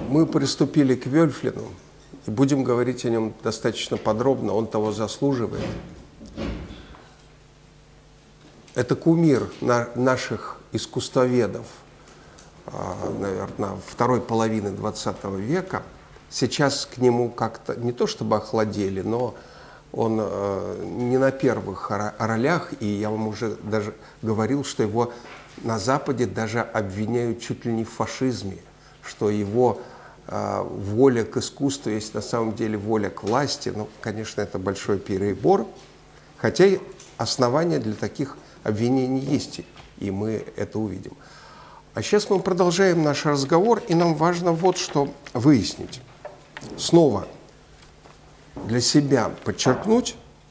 Мы приступили к Вельфлину и будем говорить о нем достаточно подробно, он того заслуживает. Это кумир наших искусствоведов, наверное, второй половины 20 века. Сейчас к нему как-то не то чтобы охладели, но он не на первых ролях, и я вам уже даже говорил, что его на Западе даже обвиняют чуть ли не в фашизме, что его воля к искусству есть на самом деле воля к власти. Ну, конечно, это большой перебор, хотя основания для таких обвинений есть, и мы это увидим. А сейчас мы продолжаем наш разговор, и нам важно вот что выяснить. Снова для себя подчеркнуть,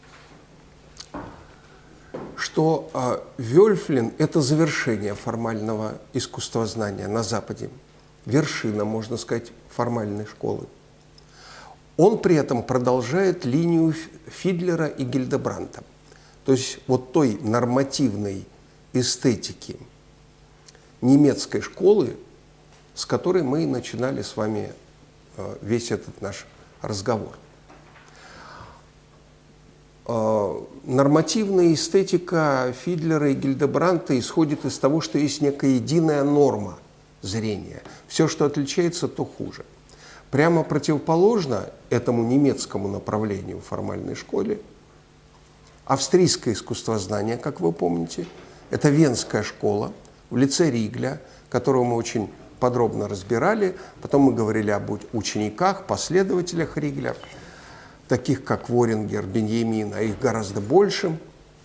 что Вельфлин – это завершение формального искусствознания на Западе, вершина, можно сказать, формальной школы. Он при этом продолжает линию Фидлера и Гильдебрандта, то есть вот той нормативной эстетики немецкой школы, с которой мы и начинали с вами весь этот наш разговор. Нормативная эстетика Фидлера и Гильдебрандта исходит из того, что есть некая единая норма зрения. Все, что отличается, то хуже. Прямо противоположно этому немецкому направлению в формальной школе австрийское искусствознание, как вы помните, это Венская школа в лице Ригля, которого мы очень подробно разбирали. Потом мы говорили об учениках, последователях Ригля, таких как Ворингер, Беньямин, а их гораздо больше.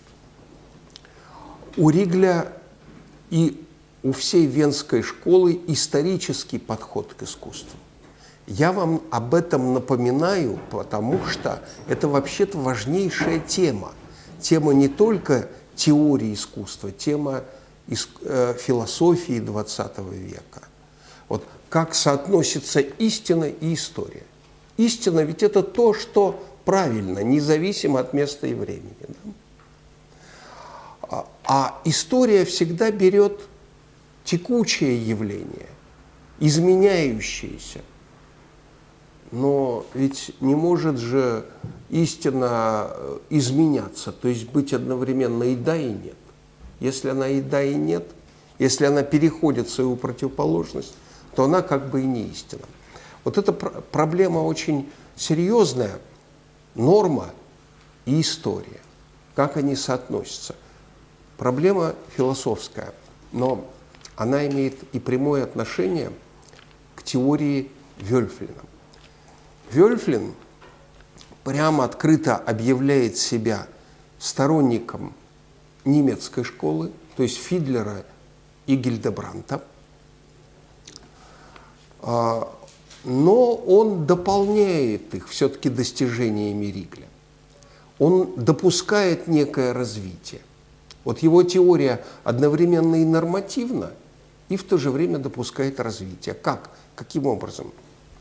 У Ригля и у всей Венской школы исторический подход к искусству. Я вам об этом напоминаю, потому что это вообще-то важнейшая тема. Тема не только теории искусства, тема философии XX века. Вот как соотносится истина и история. Истина ведь это то, что правильно, независимо от места и времени. Да? А история всегда берет текучее явление, изменяющееся. Но ведь не может же истина изменяться, то есть быть одновременно и да, и нет. Если она и да, и нет, если она переходит в свою противоположность, то она как бы и не истина. Вот эта проблема очень серьезная, норма и история. Как они соотносятся? Проблема философская, но она имеет и прямое отношение к теории Вельфлина. Вельфлин прямо открыто объявляет себя сторонником немецкой школы, то есть Фидлера и Гильдебрандта, но он дополняет их все-таки достижениями Ригля. Он допускает некое развитие. Вот его теория одновременно и нормативна, и в то же время допускает развитие. Как? Каким образом?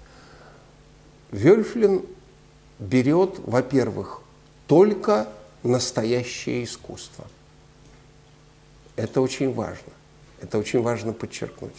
Вельфлин берет, во-первых, только настоящее искусство. Это очень важно. Это очень важно подчеркнуть.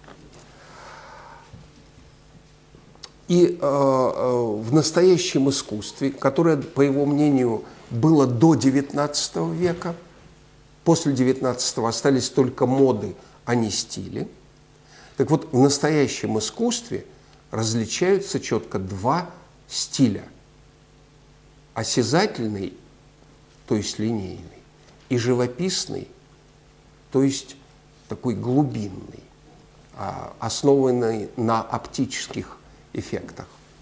И в настоящем искусстве, которое, по его мнению, было до XIX века, после XIX остались только моды, а не стили. Так вот, в настоящем искусстве различаются четко два стиля. Осязательный, то есть линейный, и живописный, то есть такой глубинный, основанный на оптических эффектах.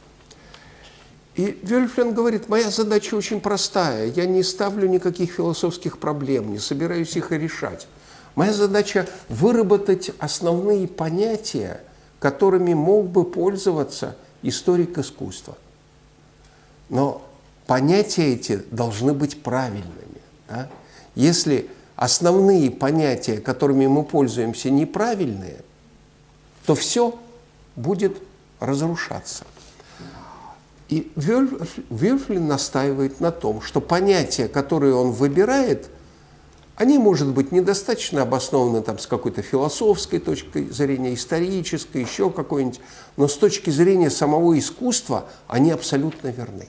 И Вельфлин говорит, моя задача очень простая, я не ставлю никаких философских проблем, не собираюсь их решать. Моя задача выработать основные понятия, которыми мог бы пользоваться историк искусства. Но понятия эти должны быть правильными. Да? Если основные понятия, которыми мы пользуемся, неправильные, то все будет разрушаться. И Вельфлин настаивает на том, что понятия, которые он выбирает, Они, может быть, недостаточно обоснованы там, с какой-то философской точки зрения, исторической, еще какой-нибудь, но с точки зрения самого искусства они абсолютно верны.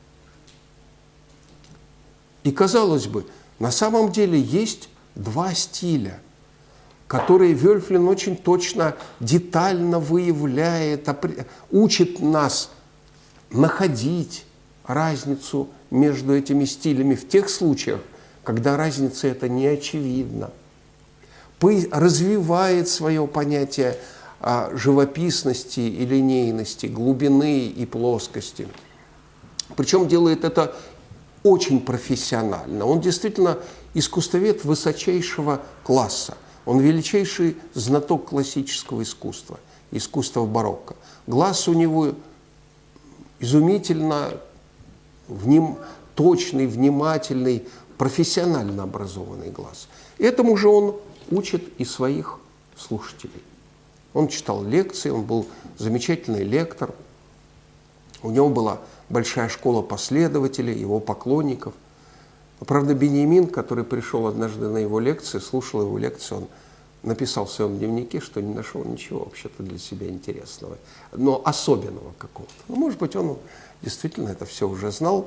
И, казалось бы, на самом деле есть два стиля, которые Вельфлин очень точно, детально выявляет, учит нас находить разницу между этими стилями в тех случаях, когда разница эта не очевидна, развивает свое понятие живописности и линейности, глубины и плоскости. Причем делает это очень профессионально. Он действительно искусствовед высочайшего класса. Он величайший знаток классического искусства, искусства барокко. Глаз у него изумительно точный, внимательный, профессионально образованный глаз. Этому же он учит и своих слушателей. Он читал лекции, он был замечательный лектор. У него была большая школа последователей, его поклонников. Но, правда, Беньямин, который пришел однажды на его лекции, слушал его лекцию, он написал в своем дневнике, что не нашел ничего вообще-то для себя интересного, но особенного какого-то. Ну, может быть, он действительно это все уже знал.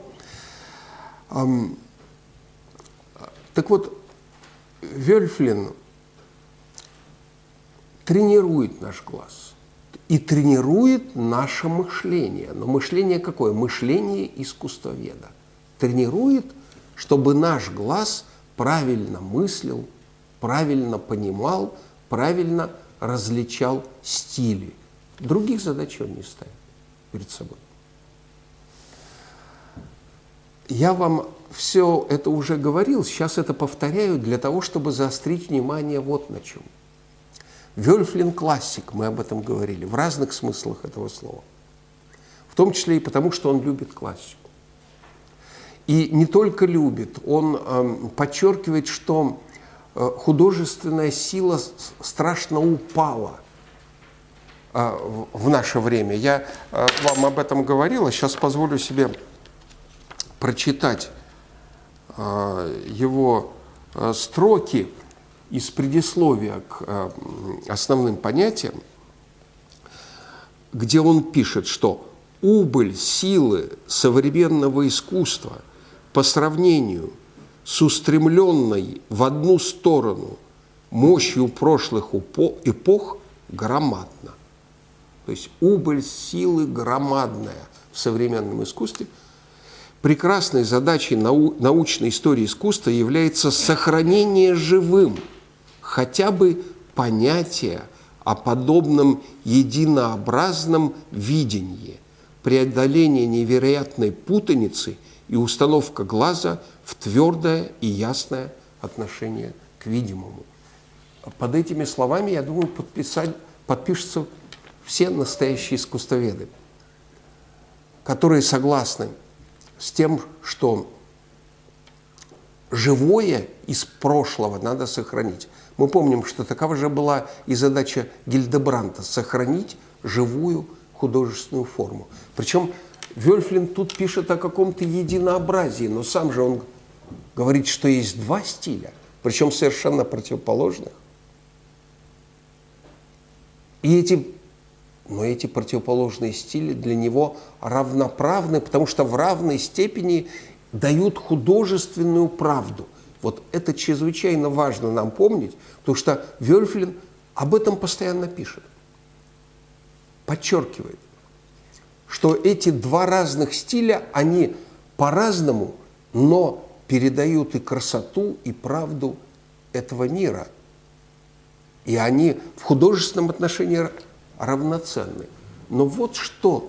Так вот, Вельфлин тренирует наш глаз и тренирует наше мышление. Но мышление какое? Мышление искусствоведа. Тренирует, чтобы наш глаз правильно мыслил, правильно понимал, правильно различал стили. Других задач он не ставит перед собой. Я вам все это уже говорил, сейчас это повторяю для того, чтобы заострить внимание вот на чем. Вельфлин классик, мы об этом говорили, в разных смыслах этого слова. В том числе и потому, что он любит классику. И не только любит, он подчеркивает, что художественная сила страшно упала в наше время. Я вам об этом говорил, а сейчас позволю себе прочитать его строки из предисловия к основным понятиям, где он пишет, что убыль силы современного искусства по сравнению с устремленной в одну сторону мощью прошлых эпох громадна. То есть убыль силы громадная в современном искусстве. Прекрасной задачей научной истории искусства является сохранение живым хотя бы понятия о подобном единообразном видении, преодоление невероятной путаницы и установка глаза в твердое и ясное отношение к видимому. Под этими словами, я думаю, подпишутся все настоящие искусствоведы, которые согласны с тем, что живое из прошлого надо сохранить. Мы помним, что такова же была и задача Гильдебранта – сохранить живую художественную форму. Причем Вельфлин тут пишет о каком-то единообразии, но сам же он говорит, что есть два стиля, причем совершенно противоположных. И эти противоположные стили для него равноправны, потому что в равной степени дают художественную правду. Вот это чрезвычайно важно нам помнить, потому что Вельфлин об этом постоянно пишет, подчеркивает, что эти два разных стиля, они по-разному, но передают и красоту, и правду этого мира. И они в художественном отношении равноценны. Но вот что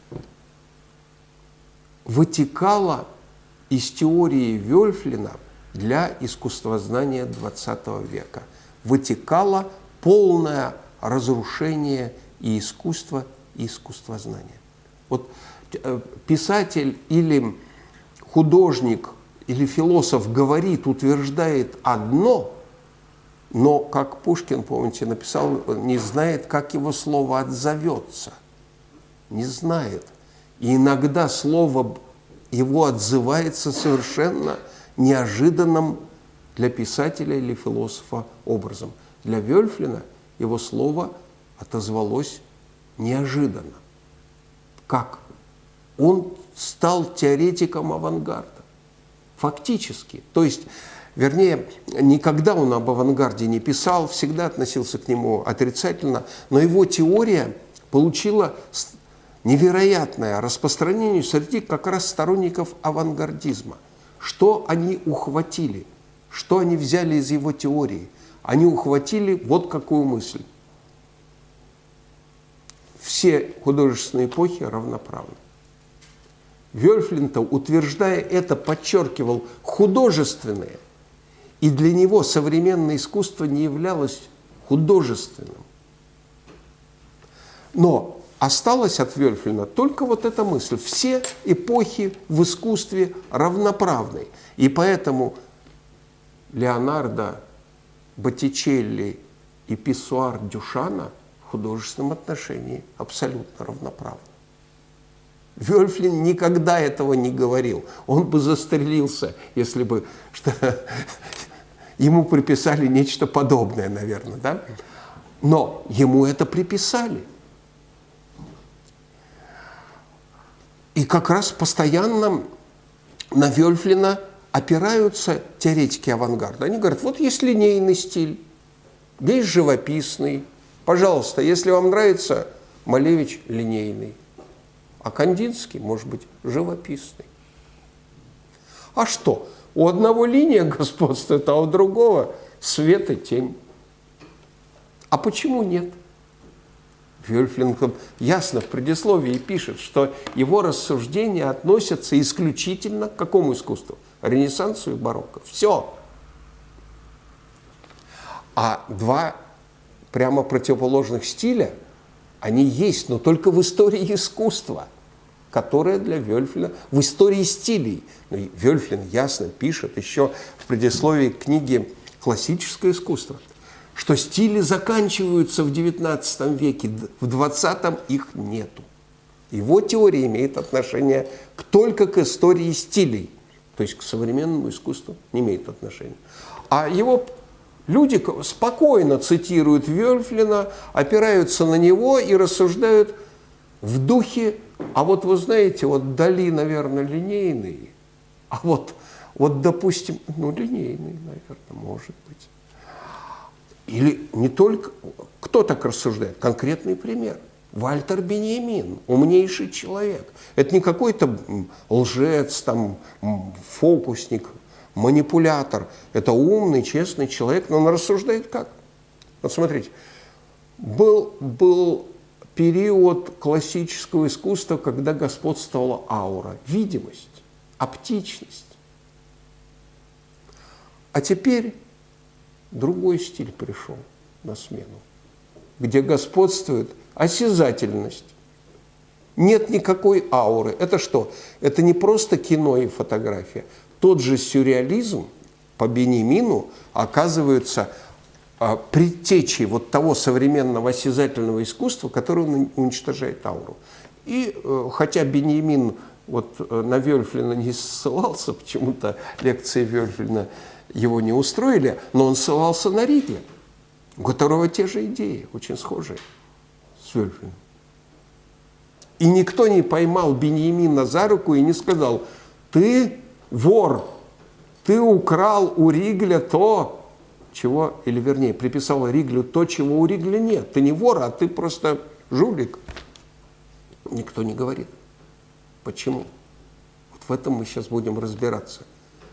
вытекало из теории Вельфлина для искусствознания XX века. Вытекало полное разрушение и искусства, и искусствознания. Вот писатель или художник, или философ говорит, утверждает одно, но, как Пушкин, помните, написал, не знает, как его слово отзовется. Не знает. И иногда слово его отзывается совершенно неожиданным для писателя или философа образом. Для Вельфлина его слово отозвалось неожиданно. Как? Он стал теоретиком авангарда. Фактически. То есть, вернее, никогда он об авангарде не писал, всегда относился к нему отрицательно, но его теория получила невероятное распространение среди как раз сторонников авангардизма. Что они ухватили? Что они взяли из его теории? Они ухватили вот какую мысль. Все художественные эпохи равноправны. Вельфлин-то, утверждая это, подчеркивал художественное, и для него современное искусство не являлось художественным. Но осталась от Вельфлина только вот эта мысль. Все эпохи в искусстве равноправны. И поэтому Леонардо, Боттичелли и Писсуар Дюшана в художественном отношении абсолютно равноправны. Вельфлин никогда этого не говорил. Он бы застрелился, если бы ему приписали нечто подобное, наверное. Да? Но ему это приписали. И как раз постоянно на Вельфлина опираются теоретики авангарда. Они говорят, вот есть линейный стиль, есть живописный. Пожалуйста, если вам нравится, Малевич линейный, а Кандинский, может быть, живописный. А что? У одного линия господствует, а у другого свет и тень. А почему нет? Вельфлин ясно в предисловии пишет, что его рассуждения относятся исключительно к какому искусству? Ренессансу и барокко. Все. А два прямо противоположных стиля, они есть, но только в истории искусства, которая для Вельфлина, в истории стилей. Но Вельфлин ясно пишет еще в предисловии книги «Классическое искусство», что стили заканчиваются в XIX веке, в XX их нету. Его теория имеет отношение только к истории стилей, то есть к современному искусству не имеет отношения. А его люди спокойно цитируют Вельфлина, опираются на него и рассуждают в духе, а вот вы знаете, вот Дали, наверное, линейный, а вот допустим, линейный, наверное, может быть. Или не только, кто так рассуждает? Конкретный пример. Вальтер Беньямин, умнейший человек. Это не какой-то лжец, там, фокусник, манипулятор. Это умный, честный человек, но он рассуждает как? Вот смотрите, был период классического искусства, когда господствовала аура, видимость, оптичность. А теперь другой стиль пришел на смену, где господствует осязательность. Нет никакой ауры. Это что? Это не просто кино и фотография. Тот же сюрреализм по Беньямину оказывается предтечей вот того современного осязательного искусства, которое уничтожает ауру. И хотя Беньямин вот на Вельфлина не ссылался, почему-то лекции Вельфлина его не устроили, но он ссылался на Ригля, у которого те же идеи, очень схожие с Вельфлином. И никто не поймал Беньямина за руку и не сказал, ты вор, ты украл у Ригля то, чего, или вернее, приписал Риглю то, чего у Ригля нет. Ты не вор, а ты просто жулик. Никто не говорит. Почему? Вот в этом мы сейчас будем разбираться.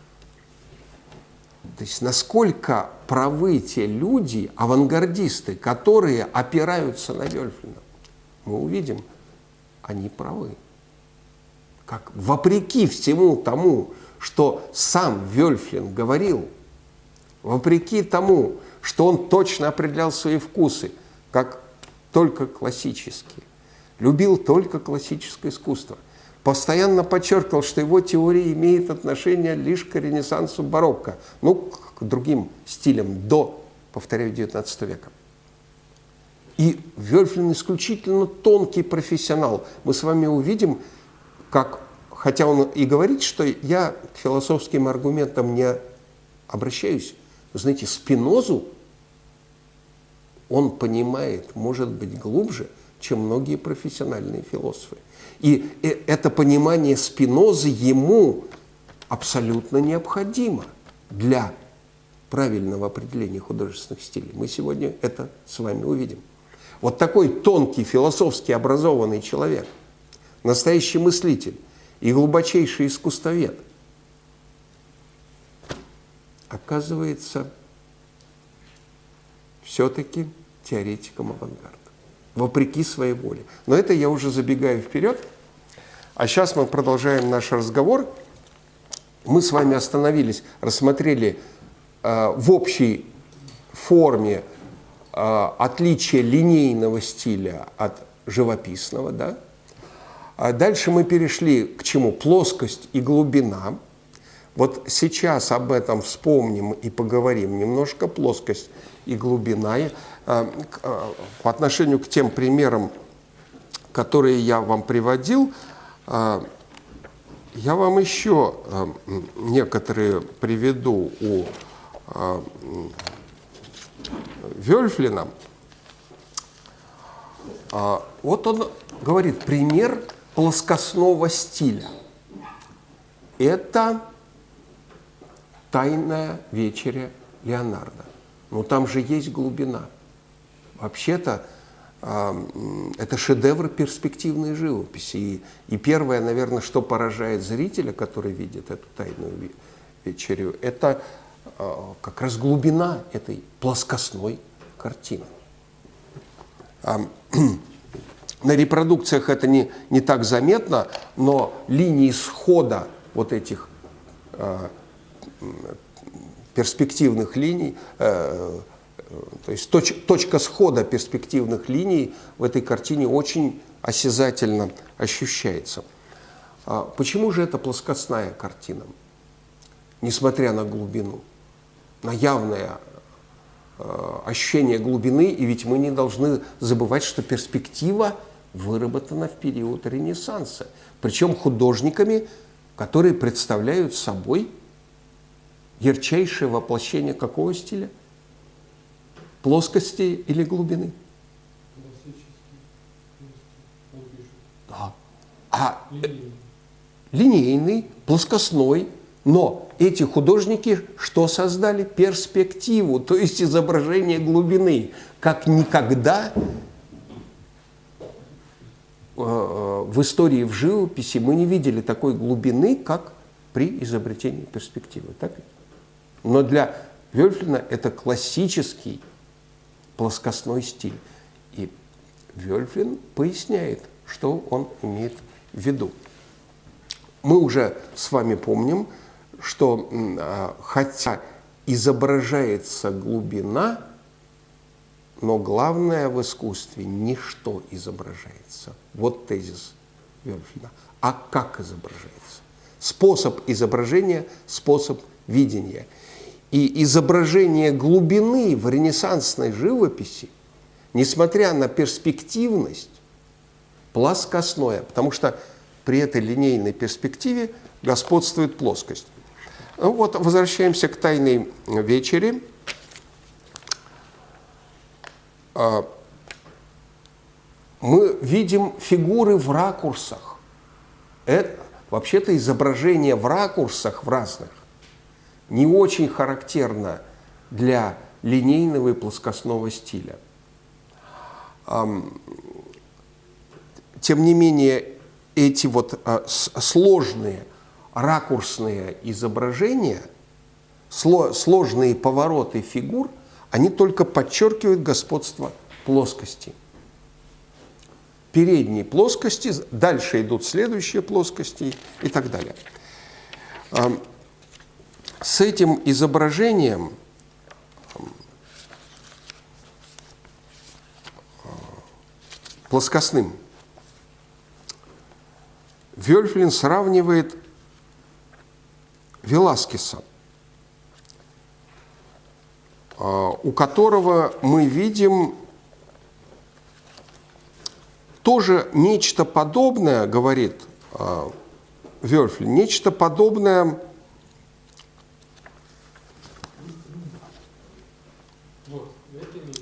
То есть насколько правы те люди, авангардисты, которые опираются на Вельфлина, мы увидим, они правы. Как вопреки всему тому, что сам Вельфлин говорил, вопреки тому, что он точно определял свои вкусы, как только классические, любил только классическое искусство, постоянно подчеркивал, что его теория имеет отношение лишь к Ренессансу, барокко, к другим стилям до, повторяю, XIX века. И Вельфлин исключительно тонкий профессионал. Мы с вами увидим, как, хотя он и говорит, что я к философским аргументам не обращаюсь, знаете, Спинозу он понимает, может быть, глубже, чем многие профессиональные философы. И это понимание Спинозы ему абсолютно необходимо для правильного определения художественных стилей. Мы сегодня это с вами увидим. Вот такой тонкий, философски образованный человек, настоящий мыслитель и глубочайший искусствовед, оказывается все-таки теоретиком авангарда, вопреки своей воле. Но это я уже забегаю вперед. А сейчас мы продолжаем наш разговор. Мы с вами остановились, рассмотрели в общей форме отличие линейного стиля от живописного. Да? А дальше мы перешли к чему? Плоскость и глубина. Вот сейчас об этом вспомним и поговорим немножко. Плоскость и глубина. По отношению к тем примерам, которые я вам приводил, я вам еще некоторые приведу у Вельфлина. Вот он говорит, пример плоскостного стиля. Это «Тайная вечеря» Леонардо. Но там же есть глубина. Вообще-то это шедевр перспективной живописи. И первое, наверное, что поражает зрителя, который видит эту «Тайную вечерю», это как раз глубина этой плоскостной картины. На репродукциях это не так заметно, но линии схода вот этих перспективных линий, то есть точка схода перспективных линий в этой картине очень осязательно ощущается. Почему же это плоскостная картина, несмотря на глубину, на явное ощущение глубины? И ведь мы не должны забывать, что перспектива выработана в период Ренессанса, причем художниками, которые представляют собой ярчайшее воплощение какого стиля? Плоскости или глубины? Да. Линейный, плоскостной. Но эти художники что создали? Перспективу, то есть изображение глубины. Как никогда в истории в живописи мы не видели такой глубины, как при изобретении перспективы. Так? Но для Вельфлина это классический плоскостной стиль. И Вельфлин поясняет, что он имеет в виду. Мы уже с вами помним, что хотя изображается глубина, но главное в искусстве не что изображается. Вот тезис Вельфлина. А как изображается? Способ изображения, способ видения. И изображение глубины в ренессансной живописи, несмотря на перспективность, плоскостное, потому что при этой линейной перспективе господствует плоскость. Вот возвращаемся к «Тайной вечере». Мы видим фигуры в ракурсах. Это вообще-то изображение в ракурсах в разных не очень характерно для линейного и плоскостного стиля. Тем не менее, эти вот сложные ракурсные изображения, сложные повороты фигур, они только подчеркивают господство плоскости. Передние плоскости, дальше идут следующие плоскости и так далее. С этим изображением плоскостным Вельфлин сравнивает Веласкеса, у которого мы видим тоже нечто подобное, говорит Вельфлин, нечто подобное Вот, это имеется в виду.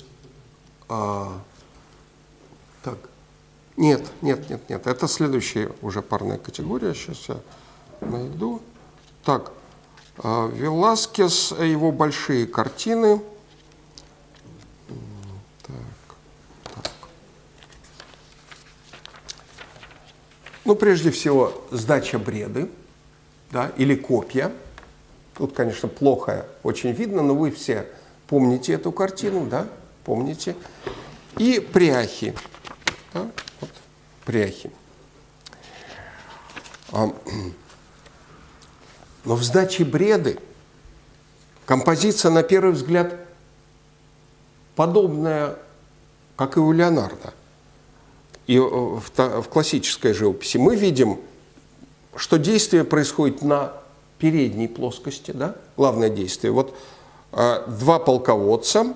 Так. Нет. Это следующая уже парная категория. Сейчас я найду. Так. Веласкес, его большие картины. Так. Ну, прежде всего, сдача бреды, да, или копья. Тут, конечно, плохо очень видно, но вы все помните эту картину, да? Помните. И пряхи. Да? Вот, пряхи. Но в сдаче бреды композиция, на первый взгляд, подобная, как и у Леонардо. И в классической живописи мы видим, что действие происходит на передней плоскости, да? Главное действие. Вот два полководца,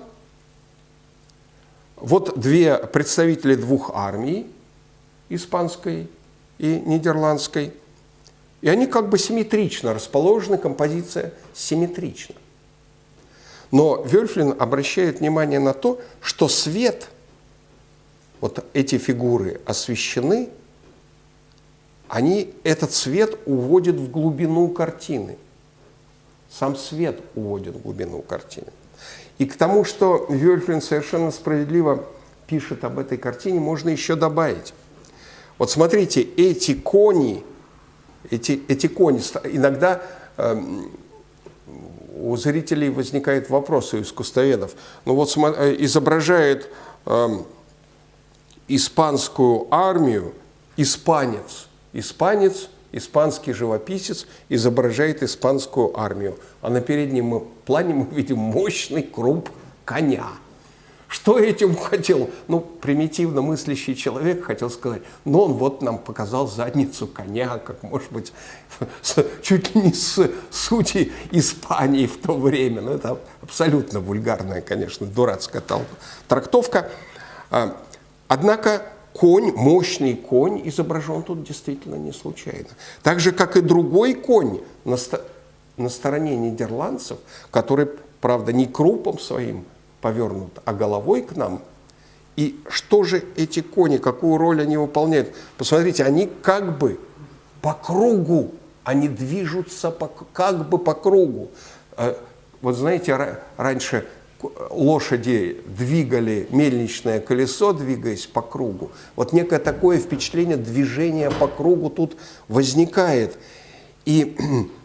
вот две представители двух армий, испанской и нидерландской, и они как бы симметрично расположены, композиция симметрична. Но Вельфлин обращает внимание на то, что свет, вот эти фигуры освещены, этот свет уводит в глубину картины. Сам свет уводит в глубину картины. И к тому, что Вельфлин совершенно справедливо пишет об этой картине, можно еще добавить. Вот смотрите, эти кони, иногда у зрителей возникает вопрос, у искусствоведов. Ну вот изображает испанскую армию испанец, испанский живописец изображает испанскую армию, а на переднем плане мы видим мощный круп коня. Что этим хотел? Ну, примитивно мыслящий человек хотел сказать, ну, он вот нам показал задницу коня, как, может быть, чуть ли не с сути Испании в то время. Ну, это абсолютно вульгарная, конечно, дурацкая трактовка. Однако конь, мощный конь изображен тут действительно не случайно. Так же, как и другой конь на стороне нидерландцев, который, правда, не крупом своим повернут, а головой к нам. И что же эти кони, какую роль они выполняют? Посмотрите, они как бы по кругу, они движутся как бы по кругу. Вот знаете, раньше лошади двигали мельничное колесо, двигаясь по кругу. Вот некое такое впечатление движения по кругу тут возникает. И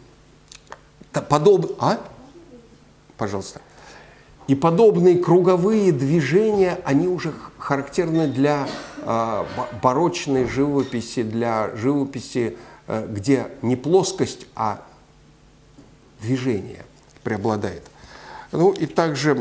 Пожалуйста. И подобные круговые движения, они уже характерны для барочной живописи, для живописи, где не плоскость, а движение преобладает. Ну и также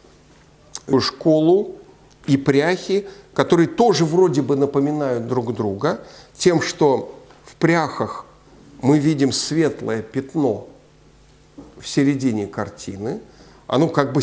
школу и пряхи, которые тоже вроде бы напоминают друг друга, тем, что в пряхах мы видим светлое пятно в середине картины, оно как бы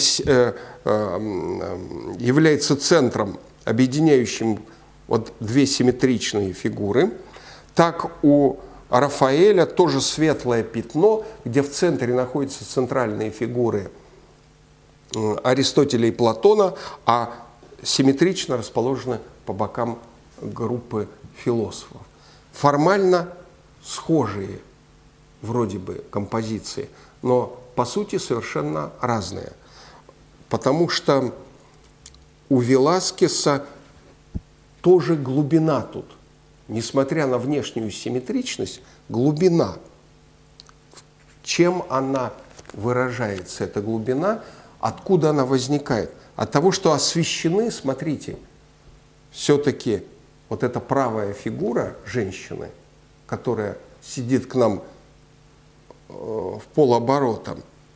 является центром, объединяющим вот две симметричные фигуры. Так у Рафаэля тоже светлое пятно, где в центре находятся центральные фигуры Аристотеля и Платона, а симметрично расположены по бокам группы философов. Формально схожие вроде бы композиции, но по сути совершенно разные. Потому что у Веласкеса тоже глубина тут. Несмотря на внешнюю симметричность, глубина. Чем она выражается, эта глубина? Откуда она возникает? От того, что освещены, смотрите, все-таки вот эта правая фигура женщины, которая сидит к нам в полоборота,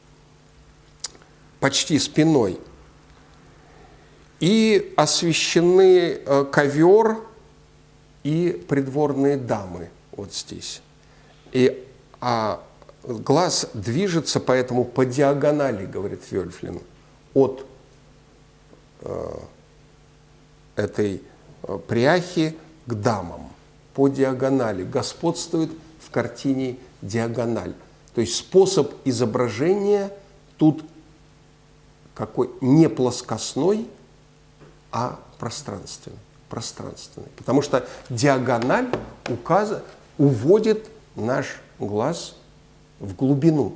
почти спиной, и освещены ковер и придворные дамы вот здесь. Глаз движется поэтому по диагонали, говорит Вельфлин, от этой пряхи к дамам. По диагонали. Господствует в картине диагональ. То есть способ изображения тут какой не плоскостной, а пространственный. Потому что диагональ уводит наш глаз в глубину,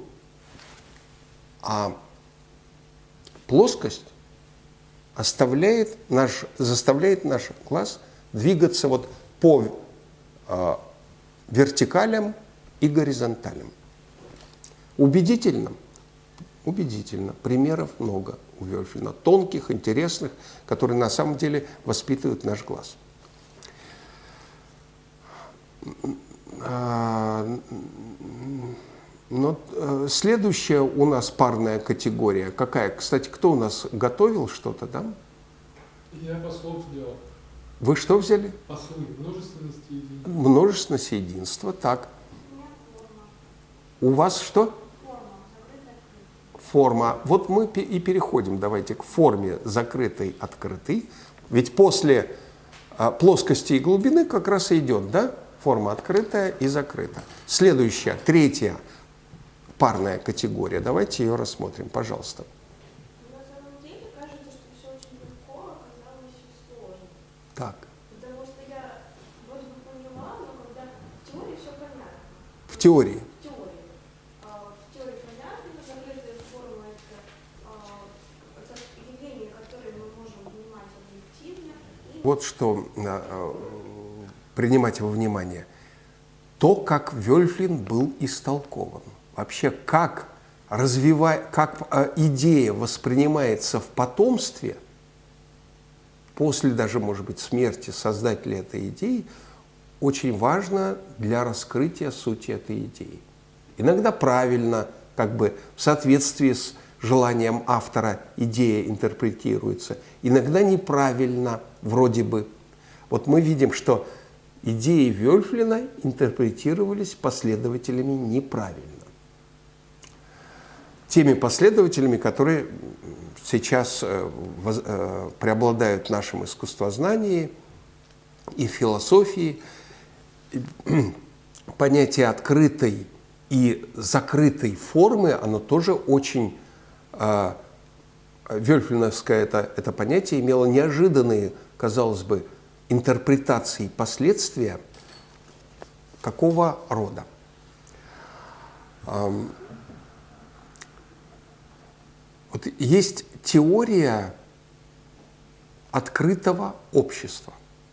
а плоскость заставляет наш глаз двигаться вот по вертикалям и горизонталям. Убедительно? Убедительно. Примеров много у Вельфлина. Тонких, интересных, которые на самом деле воспитывают наш глаз. Но следующая у нас парная категория. Какая? Кстати, кто у нас готовил что-то, да? Я послов сделал. Вы что взяли? Послы. Множественность и единство. Множественность и единство. Так. У вас что? Форма. Вот мы и переходим, давайте, к форме закрытой-открытой. Ведь после плоскости и глубины как раз и идет, да? Форма открытая и закрытая. Следующая, третья парная категория. Давайте ее рассмотрим, пожалуйста. На самом деле кажется, что все очень легко, а оказалось сложно. Так. Потому что я вроде бы поняла, но когда в теории все понятно. В теории. В теории понятно, закрытая форма это явление, которое мы можем понимать объективно. Вот что принимать во внимание. То, как Вельфлин был истолкован. Вообще, как идея воспринимается в потомстве, после даже, может быть, смерти создателя этой идеи, очень важно для раскрытия сути этой идеи. Иногда правильно, как бы в соответствии с желанием автора идея интерпретируется, иногда неправильно, вроде бы. Вот мы видим, что идеи Вельфлина интерпретировались последователями неправильно. Теми последователями, которые сейчас преобладают в нашем искусствознании и философии. Понятие открытой и закрытой формы, оно тоже очень вельфлиновское это понятие имело неожиданные, казалось бы, интерпретации и последствия. Какого рода? Вот есть теория открытого общества.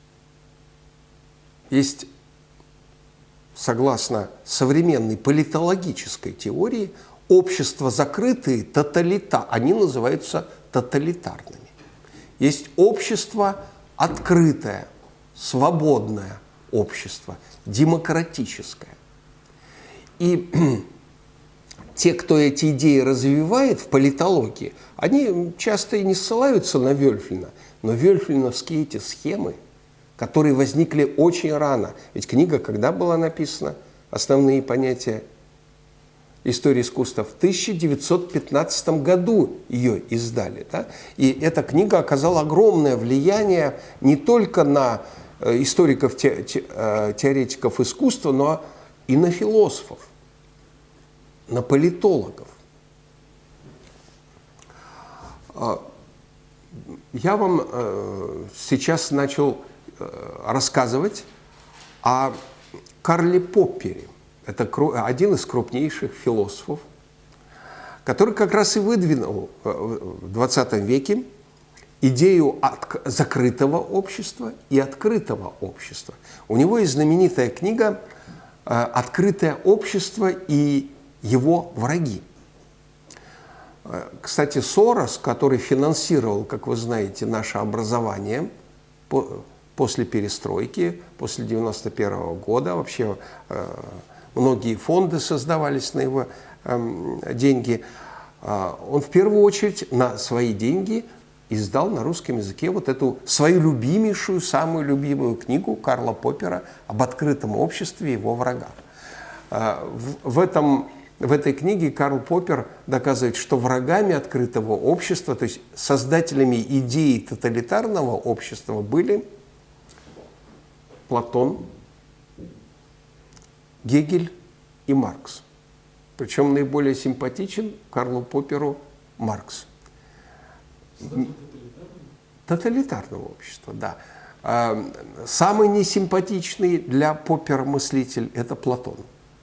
Есть, согласно современной политологической теории, общества закрытые, они называются тоталитарными. Есть общество открытое, свободное общество, демократическое. И те, кто эти идеи развивает в политологии, они часто и не ссылаются на Вельфлина, но вельфлиновские эти схемы, которые возникли очень рано. Ведь книга когда была написана? Основные понятия истории искусства. В 1915 году ее издали. Да? И эта книга оказала огромное влияние не только на историков, теоретиков искусства, но и на философов, на политологов. Я вам сейчас начал рассказывать о Карле Поппере. Это один из крупнейших философов, который как раз и выдвинул в 20 веке идею закрытого общества и открытого общества. У него есть знаменитая книга «Открытое общество и его враги». Кстати, Сорос, который финансировал, как вы знаете, наше образование после перестройки, после 1991 года, вообще многие фонды создавались на его деньги, он в первую очередь на свои деньги издал на русском языке вот эту свою любимейшую, самую любимую книгу Карла Поппера об открытом обществе и его врагах. В этой книге Карл Поппер доказывает, что врагами открытого общества, то есть создателями идеи тоталитарного общества были Платон, Гегель и Маркс. Причем наиболее симпатичен Карлу Попперу Маркс. Тоталитарного общества, да. Самый несимпатичный для Поппера-мыслитель – это Платон.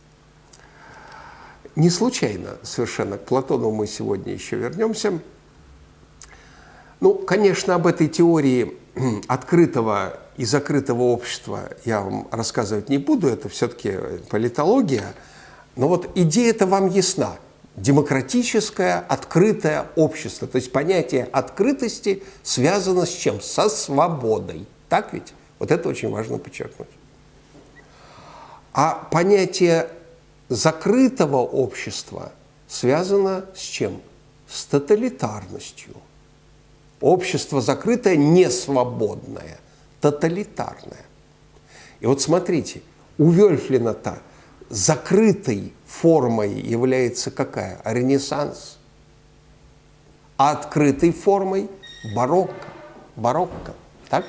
Не случайно совершенно к Платону мы сегодня еще вернемся. Ну, конечно, об этой теории открытого и закрытого общества я вам рассказывать не буду, это все-таки политология, но вот идея-то вам ясна. Демократическое, открытое общество. То есть понятие открытости связано с чем? Со свободой. Так ведь? Вот это очень важно подчеркнуть. А понятие закрытого общества связано с чем? С тоталитарностью. Общество закрытое, не свободное, тоталитарное. И вот смотрите, у Вельфлина-то закрытой формой является какая? Ренессанс. А открытой формой – барокко. Барокко. Так?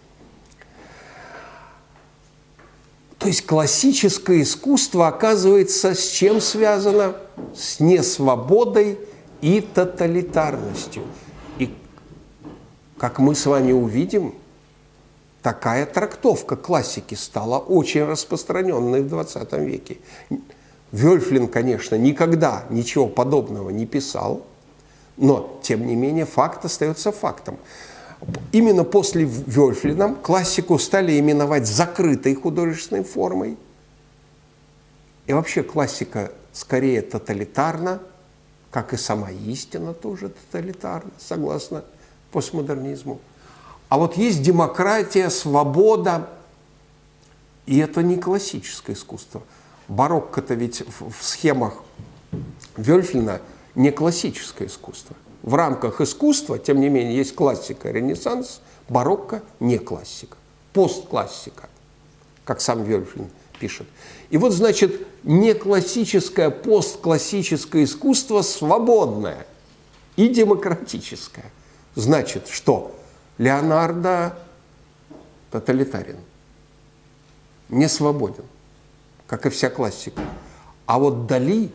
То есть классическое искусство, оказывается, с чем связано? С несвободой и тоталитарностью. И, как мы с вами увидим, такая трактовка классики стала очень распространенной в 20 веке. Вельфлин, конечно, никогда ничего подобного не писал, но, тем не менее, факт остается фактом. Именно после Вельфлина классику стали именовать закрытой художественной формой. И вообще классика скорее тоталитарна, как и сама истина тоже тоталитарна, согласно постмодернизму. А вот есть демократия, свобода, и это не классическое искусство. Барокко-то ведь в схемах Вельфлина не классическое искусство. В рамках искусства, тем не менее, есть классика, ренессанс, барокко не классика, постклассика, как сам Вельфлин пишет. И вот, значит, не классическое, постклассическое искусство свободное и демократическое. Значит, что? Леонардо тоталитарен, не свободен, как и вся классика. А вот Дали,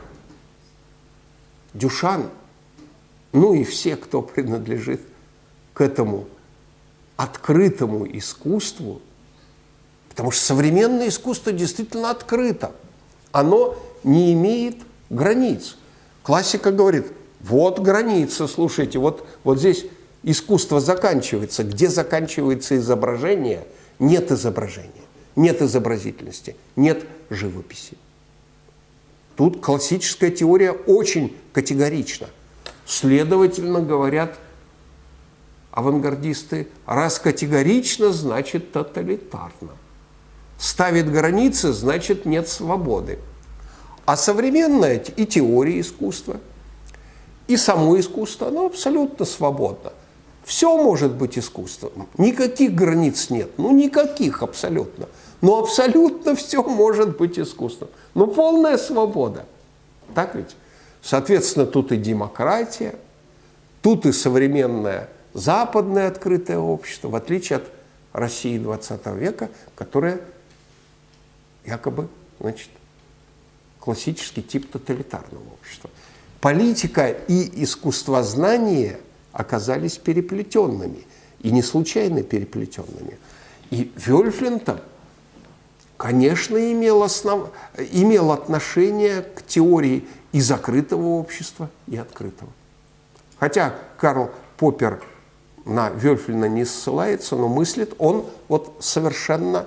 Дюшан, ну и все, кто принадлежит к этому открытому искусству, потому что современное искусство действительно открыто, оно не имеет границ. Классика говорит, вот граница, слушайте, вот здесь искусство заканчивается. Где заканчивается изображение, нет изображения, нет изобразительности, нет живописи. Тут классическая теория очень категорична. Следовательно, говорят авангардисты, раз категорично, значит тоталитарно. Ставит границы, значит нет свободы. А современная и теория искусства, и само искусство, оно абсолютно свободно. Все может быть искусством. Никаких границ нет. Ну, никаких абсолютно. Но абсолютно все может быть искусством. Ну, полная свобода. Так ведь? Соответственно, тут и демократия, тут и современное западное открытое общество, в отличие от России 20 века, которое якобы, значит, классический тип тоталитарного общества. Политика и искусствознание оказались переплетенными, и не случайно переплетенными. И Вельфлин-то, конечно, имел отношение к теории и закрытого общества, и открытого. Хотя Карл Поппер на Вельфлина не ссылается, но мыслит он вот совершенно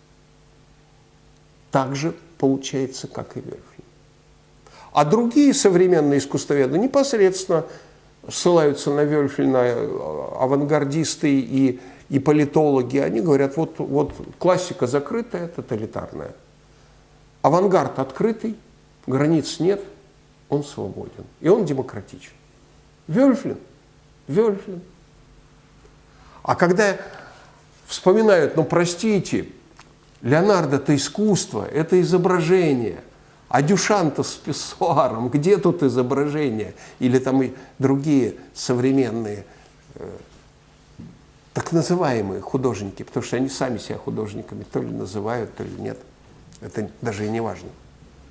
так же, получается, как и Вельфлин. А другие современные искусствоведы непосредственно ссылаются на Вельфлина, авангардисты и политологи. Они говорят, вот классика закрытая, тоталитарная. Авангард открытый, границ нет, он свободен. И он демократичен. Вельфлин. А когда вспоминают, ну простите, Леонардо-то искусство, это изображение, а Дюшан-то с писсуаром, где тут изображение? Или там и другие современные так называемые художники, потому что они сами себя художниками то ли называют, то ли нет. Это даже и не важно.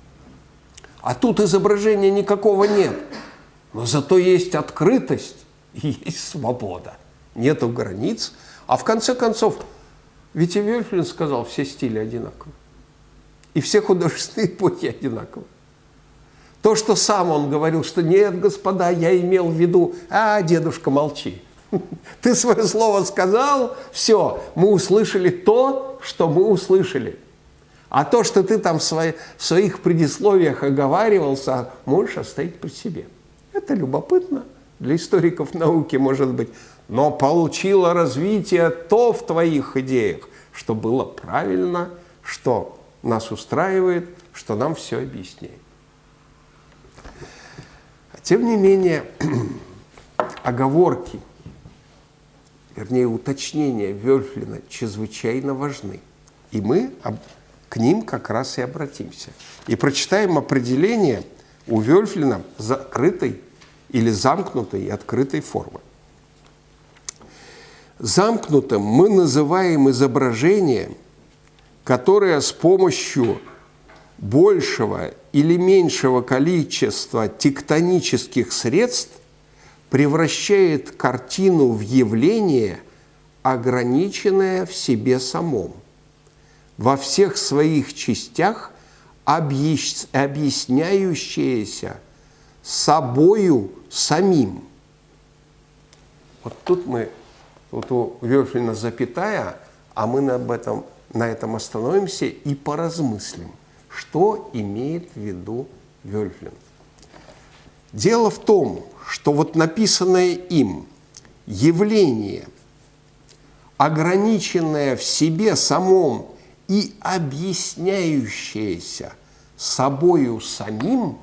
А тут изображения никакого нет. Но зато есть открытость, и есть свобода. Нету границ. А в конце концов, ведь и Вельфлин сказал, все стили одинаковы. И все художественные эпохи одинаковы. То, что сам он говорил, что нет, господа, я имел в виду, дедушка, молчи. Ты свое слово сказал, все, мы услышали то, что мы услышали. А то, что ты там в своих предисловиях оговаривался, можешь оставить при себе. Это любопытно для историков науки, может быть, но получило развитие то в твоих идеях, что было правильно, что нас устраивает, что нам все объясняет. Тем не менее, оговорки, вернее, уточнения Вельфлина чрезвычайно важны. И мы к ним как раз и обратимся. И прочитаем определение у Вельфлина закрытой или замкнутой и открытой формы. Замкнутым мы называем изображение, которое с помощью большего или меньшего количества тектонических средств превращает картину в явление, ограниченное в себе самом, во всех своих частях объясняющееся собою самим. Вот тут у Вельфлина запятая, а мы на этом остановимся и поразмыслим, что имеет в виду Вельфлин. Дело в том, что вот написанное им явление, ограниченное в себе самом и объясняющееся собою самим,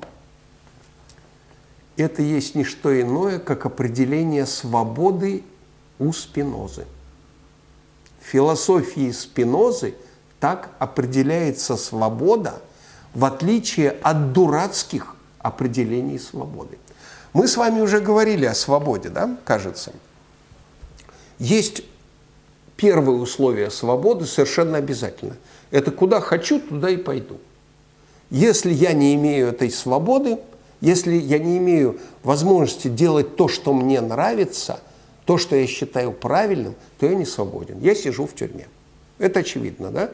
это есть не что иное, как определение свободы у Спинозы. В философии Спинозы так определяется свобода, в отличие от дурацких определений свободы. Мы с вами уже говорили о свободе, да, кажется? Есть первое условие свободы, совершенно обязательно. Это куда хочу, туда и пойду. Если я не имею этой свободы, если я не имею возможности делать то, что мне нравится, то, что я считаю правильным, то я не свободен. Я сижу в тюрьме. Это очевидно, да?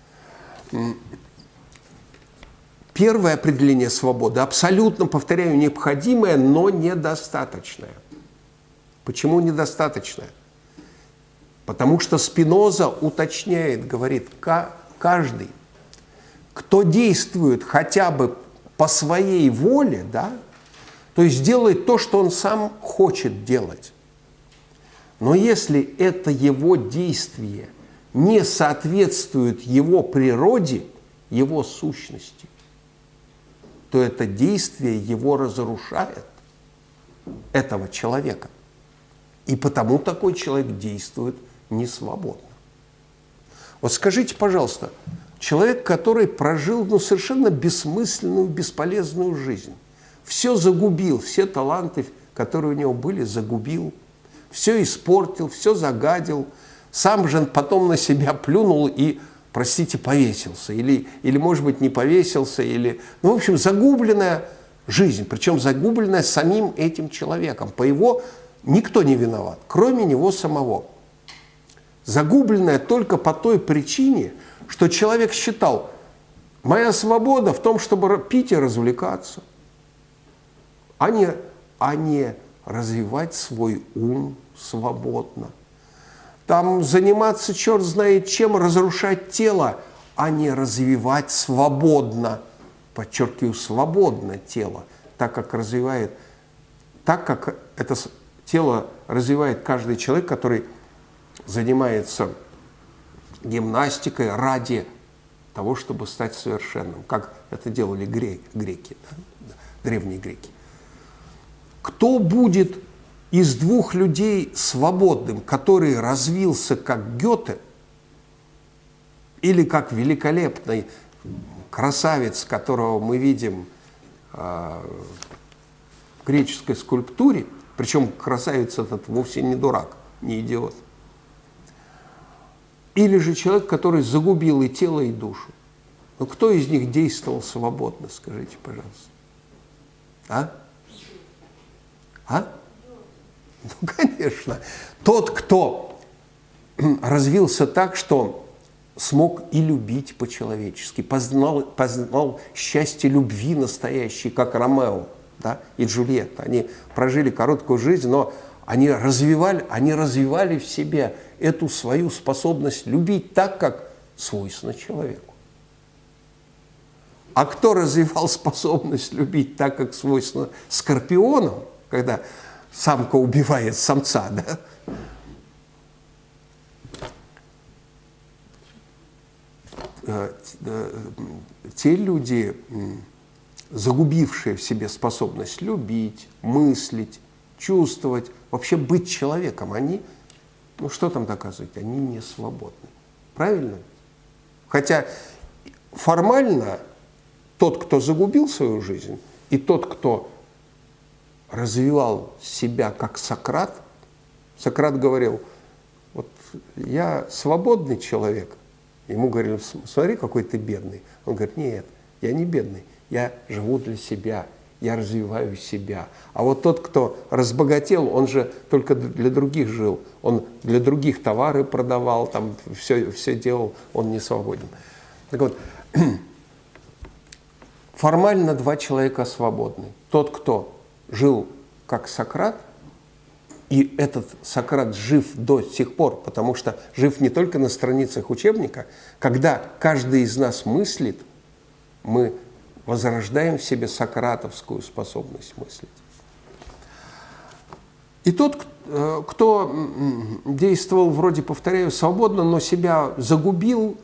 Первое определение свободы, абсолютно, повторяю, необходимое, но недостаточное. Почему недостаточное? Потому что Спиноза уточняет, говорит, каждый, кто действует хотя бы по своей воле, да, то есть делает то, что он сам хочет делать. Но если это его действие не соответствует его природе, его сущности, то это действие его разрушает, этого человека. И потому такой человек действует несвободно. Вот скажите, пожалуйста, человек, который прожил совершенно бессмысленную, бесполезную жизнь, все загубил, все таланты, которые у него были, загубил, все испортил, все загадил, сам же потом на себя плюнул и, простите, повесился. Или может быть, не повесился, в общем, загубленная жизнь, причем загубленная самим этим человеком. По его никто не виноват, кроме него самого. Загубленная только по той причине, что человек считал, моя свобода в том, чтобы пить и развлекаться, а не развивать свой ум свободно. Там заниматься черт знает чем, разрушать тело, а не развивать свободно, подчеркиваю, свободно тело, так как это тело развивает каждый человек, который занимается гимнастикой ради того, чтобы стать совершенным, как это делали греки, да? Древние греки. Кто будет из двух людей свободным, который развился как Гёте или как великолепный красавец, которого мы видим в греческой скульптуре, причем красавец этот вовсе не дурак, не идиот, или же человек, который загубил и тело, и душу. Ну, кто из них действовал свободно, скажите, пожалуйста? Ну, конечно. Тот, кто развился так, что смог и любить по-человечески, познал счастье любви настоящей, как Ромео, да, и Джульетта. Они прожили короткую жизнь, но они развивали в себе эту свою способность любить так, как свойственно человеку. А кто развивал способность любить так, как свойственно скорпионам, когда самка убивает самца, да? Те люди, загубившие в себе способность любить, мыслить, чувствовать, вообще быть человеком, они, ну что там доказывать, они не свободны. Правильно? Хотя формально тот, кто загубил свою жизнь, и тот, кто развивал себя как Сократ, Сократ говорил, вот я свободный человек. Ему говорили, смотри, какой ты бедный. Он говорит, нет, я не бедный, я живу для себя, я развиваю себя. А вот тот, кто разбогател, он же только для других жил, он для других товары продавал, там все делал, он не свободен. Так вот, формально два человека свободны. Тот, кто жил как Сократ, и этот Сократ жив до сих пор, потому что жив не только на страницах учебника. Когда каждый из нас мыслит, мы возрождаем в себе сократовскую способность мыслить. И тот, кто действовал, вроде, повторяю, свободно, но себя загубил,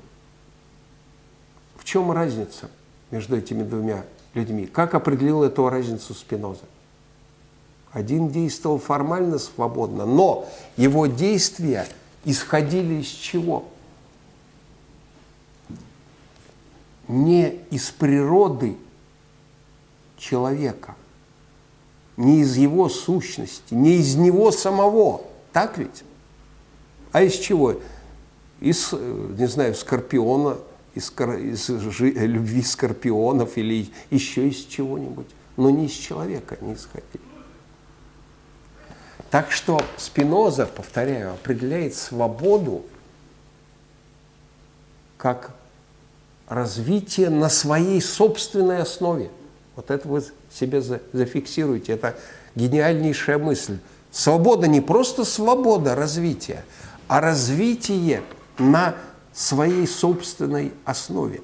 в чем разница между этими двумя людьми? Как определил эту разницу Спиноза? Один действовал формально свободно, но его действия исходили из чего? Не из природы человека, не из его сущности, не из него самого. Так ведь? А из чего? Из, не знаю, скорпиона, из любви скорпионов или еще из чего-нибудь. Но не из человека не исходили. Так что Спиноза, повторяю, определяет свободу как развитие на своей собственной основе. Вот это вы себе зафиксируйте, это гениальнейшая мысль. Свобода не просто свобода развития, а развитие на своей собственной основе.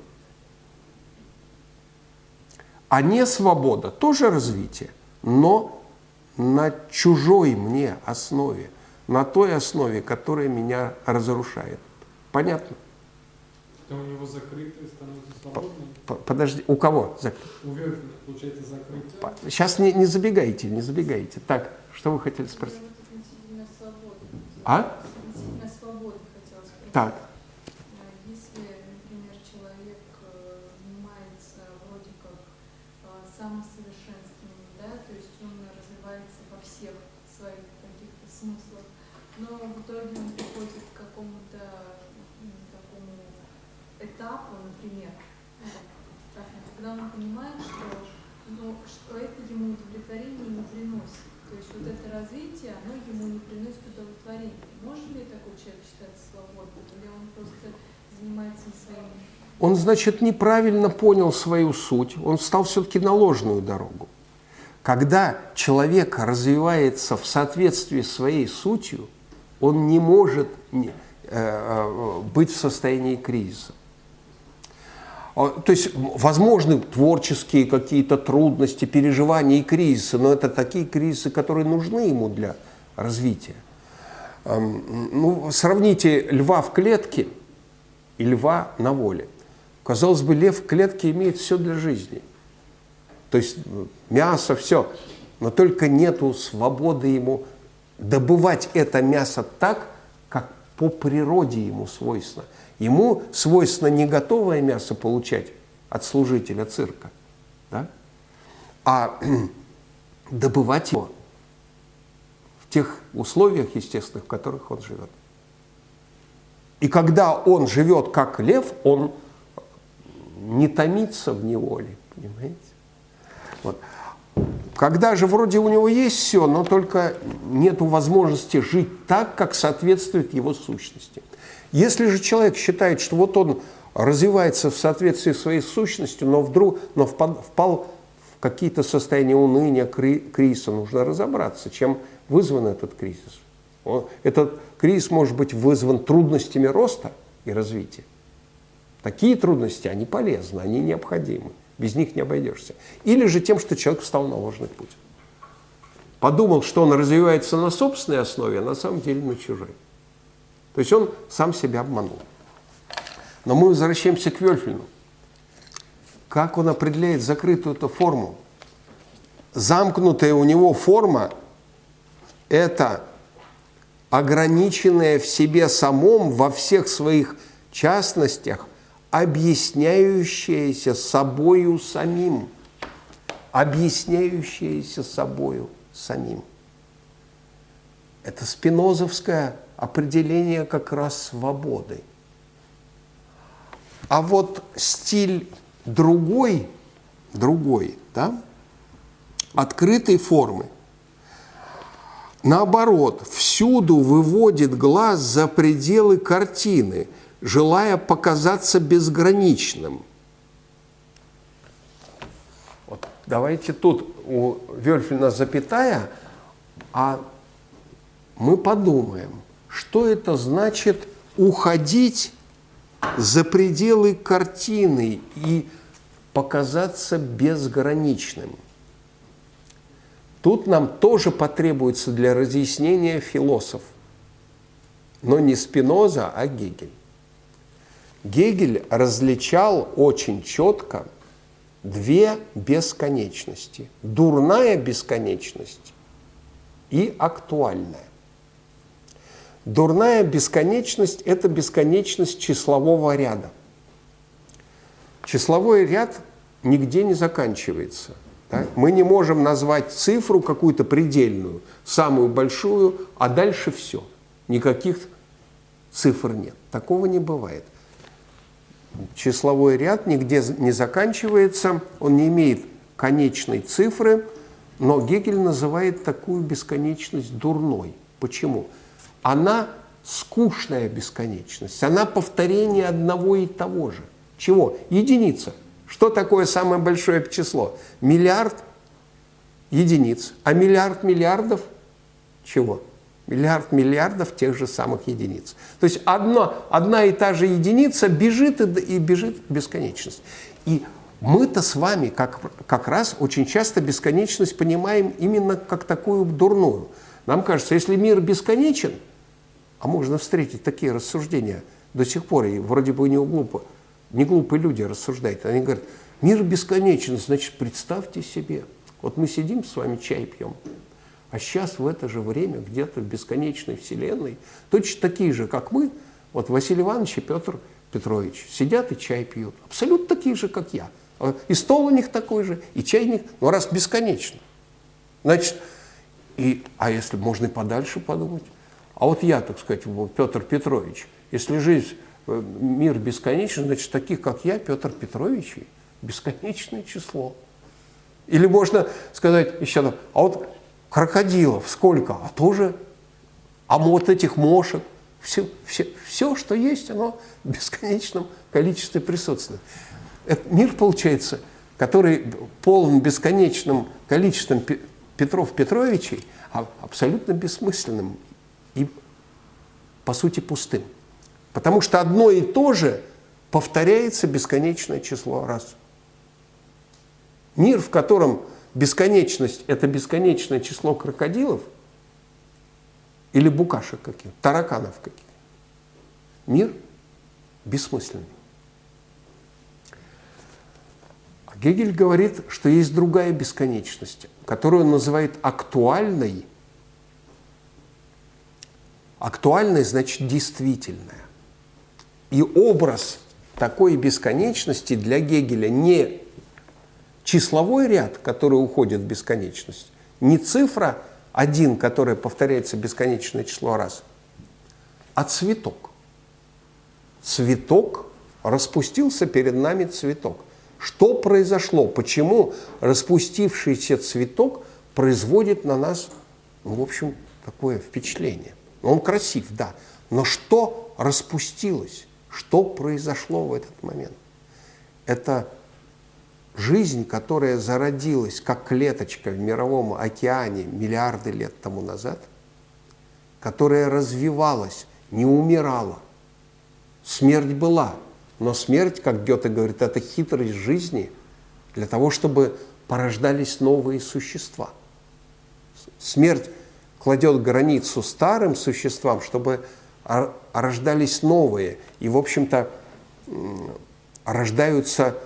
А не свобода тоже развитие, но на чужой мне основе, на той основе, которая меня разрушает. Понятно? Это у него закрытый становится свободным? Подожди, у кого? У Верфи, получается, закрытый. Сейчас не забегайте, не забегайте. Так, что вы хотели спросить? Относительно свободы. А? Относительно свободы хотела спросить. Так. Если, например, человек занимается вроде как самосовершенствованием, да, то есть он развивается во всех своих каких-то смыслах, но в итоге он приходит к какому-то такому этапу, например, когда он понимает, что это ему удовлетворение не приносит. То есть вот это развитие, оно ему не приносит удовлетворения. Может ли такой человек считаться свободным, или он просто занимается не своим? Он, значит, неправильно понял свою суть, он встал все-таки на ложную дорогу. Когда человек развивается в соответствии с своей сутью, он не может быть в состоянии кризиса. То есть возможны творческие какие-то трудности, переживания и кризисы, но это такие кризисы, которые нужны ему для развития. Ну, сравните льва в клетке и льва на воле. Казалось бы, лев в клетке имеет все для жизни. То есть мясо, все. Но только нету свободы ему добывать это мясо так, как по природе ему свойственно. Ему свойственно не готовое мясо получать от служителя цирка, да? А добывать его в тех условиях естественных, в которых он живет. И когда он живет как лев, он не томится в неволе, понимаете? Вот. когда же вроде у него есть все, но только нет возможности жить так, как соответствует его сущности. Если же человек считает, что вот он развивается в соответствии с своей сущностью, но впал в какие-то состояния уныния, кризиса, нужно разобраться, чем вызван этот кризис. Этот кризис может быть вызван трудностями роста и развития. Такие трудности, они полезны, они необходимы. Без них не обойдешься. Или же тем, что человек встал на ложный путь. Подумал, что он развивается на собственной основе, а на самом деле на чужой. То есть он сам себя обманул. Но мы возвращаемся к Вельфлину. Как он определяет закрытую эту форму? Замкнутая у него форма – это ограниченная в себе самом во всех своих частностях, объясняющаяся собою самим. Объясняющаяся собою самим. Это спинозовское определение как раз свободы. А вот стиль другой, да, открытой формы, наоборот, всюду выводит глаз за пределы картины, желая показаться безграничным. Вот давайте тут у Вельфлина запятая, а мы подумаем, что это значит уходить за пределы картины и показаться безграничным. Тут нам тоже потребуется для разъяснения философ, но не Спиноза, а Гегель. Гегель различал очень четко две бесконечности. Дурная бесконечность и актуальная. Дурная бесконечность – это бесконечность числового ряда. Числовой ряд нигде не заканчивается. Да? Мы не можем назвать цифру какую-то предельную, самую большую, а дальше все. Никаких цифр нет. Такого не бывает. Числовой ряд нигде не заканчивается, он не имеет конечной цифры, но Гегель называет такую бесконечность дурной. Почему? Она скучная бесконечность, она повторение одного и того же. Чего? Единица. Что такое самое большое число? Миллиард единиц. А миллиард миллиардов чего? Миллиард миллиардов тех же самых единиц. То есть одна и та же единица бежит и бежит в бесконечность. И мы-то с вами как раз очень часто бесконечность понимаем именно как такую дурную. Нам кажется, если мир бесконечен, а можно встретить такие рассуждения до сих пор, и вроде бы не глупые люди рассуждают. Они говорят, мир бесконечен, значит, представьте себе. Вот мы сидим с вами, чай пьем, а сейчас в это же время где-то в бесконечной вселенной точно такие же, как мы, вот Василий Иванович и Петр Петрович, сидят и чай пьют. Абсолютно такие же, как я. И стол у них такой же, и чайник, но раз бесконечно. Значит, а если можно и подальше подумать? А вот я, так сказать, Петр Петрович, если жизнь, мир бесконечен, значит, таких, как я, Петр Петрович, бесконечное число. Или можно сказать еще, а вот крокодилов сколько? А тоже, а вот этих мошек, все, что есть, оно в бесконечном количестве присутствует. Это мир, получается, который полон бесконечным количеством Петров Петровичей, а абсолютно бессмысленным и, по сути, пустым. Потому что одно и то же повторяется бесконечное число раз. Мир, в котором бесконечность – это бесконечное число крокодилов или букашек каких-то, тараканов каких-то. Мир бессмысленный. А Гегель говорит, что есть другая бесконечность, которую он называет актуальной. Актуальной значит действительная. И образ такой бесконечности для Гегеля не числовой ряд, который уходит в бесконечность, не цифра 1, которая повторяется бесконечное число раз, а цветок. Цветок, распустился перед нами цветок. Что произошло? Почему распустившийся цветок производит на нас, ну, в общем, такое впечатление? Он красив, да, но что распустилось? Что произошло в этот момент? Это жизнь, которая зародилась как клеточка в мировом океане миллиарды лет тому назад, которая развивалась, не умирала. Смерть была, но смерть, как Гёте говорит, это хитрость жизни для того, чтобы порождались новые существа. Смерть кладет границу старым существам, чтобы рождались новые. И, в общем-то, рождаются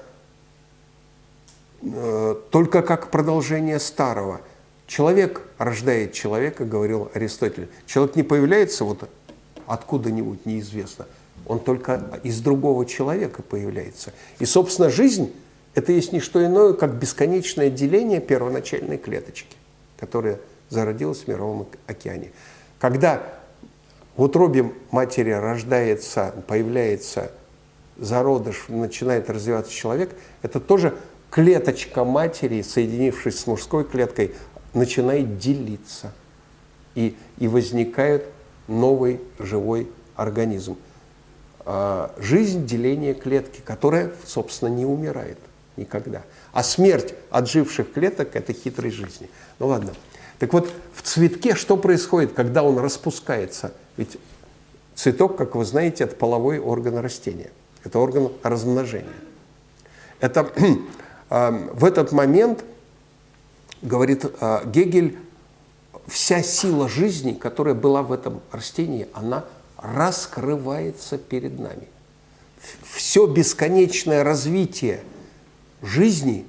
только как продолжение старого. Человек рождает человека, говорил Аристотель. Человек не появляется вот откуда-нибудь, неизвестно. Он только из другого человека появляется. И, собственно, жизнь – это есть не что иное, как бесконечное деление первоначальной клеточки, которая зародилась в мировом океане. Когда в утробе матери рождается, появляется зародыш, начинает развиваться человек, это тоже клеточка матери, соединившись с мужской клеткой, начинает делиться. И возникает новый живой организм. Жизнь – деление клетки, которая, собственно, не умирает никогда. А смерть отживших клеток – это хитрость жизни. Ну ладно. Так вот, в цветке что происходит, когда он распускается? Ведь цветок, как вы знаете, это половой орган растения. Это орган размножения. Это в этот момент, говорит Гегель, вся сила жизни, которая была в этом растении, она раскрывается перед нами. Все бесконечное развитие жизни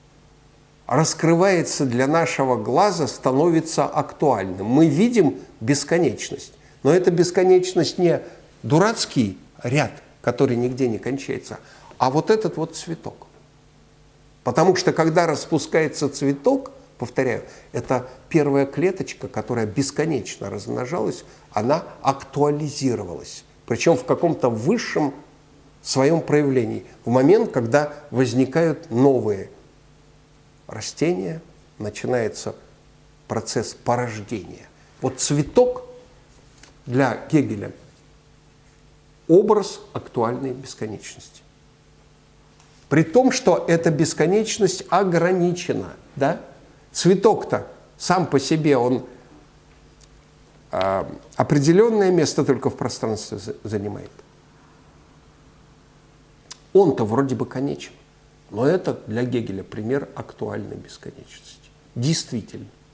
раскрывается для нашего глаза, становится актуальным. Мы видим бесконечность, но эта бесконечность не дурацкий ряд, который нигде не кончается, а вот этот вот цветок. Потому что когда распускается цветок, повторяю, это первая клеточка, которая бесконечно размножалась, она актуализировалась. Причем в каком-то высшем своем проявлении. В момент, когда возникают новые растения, начинается процесс порождения. Вот цветок для Гегеля – образ актуальной бесконечности. При том, что эта бесконечность ограничена. Да? Цветок-то сам по себе, он определенное место только в пространстве занимает. Он-то вроде бы конечен, но это для Гегеля пример актуальной бесконечности. Действительно.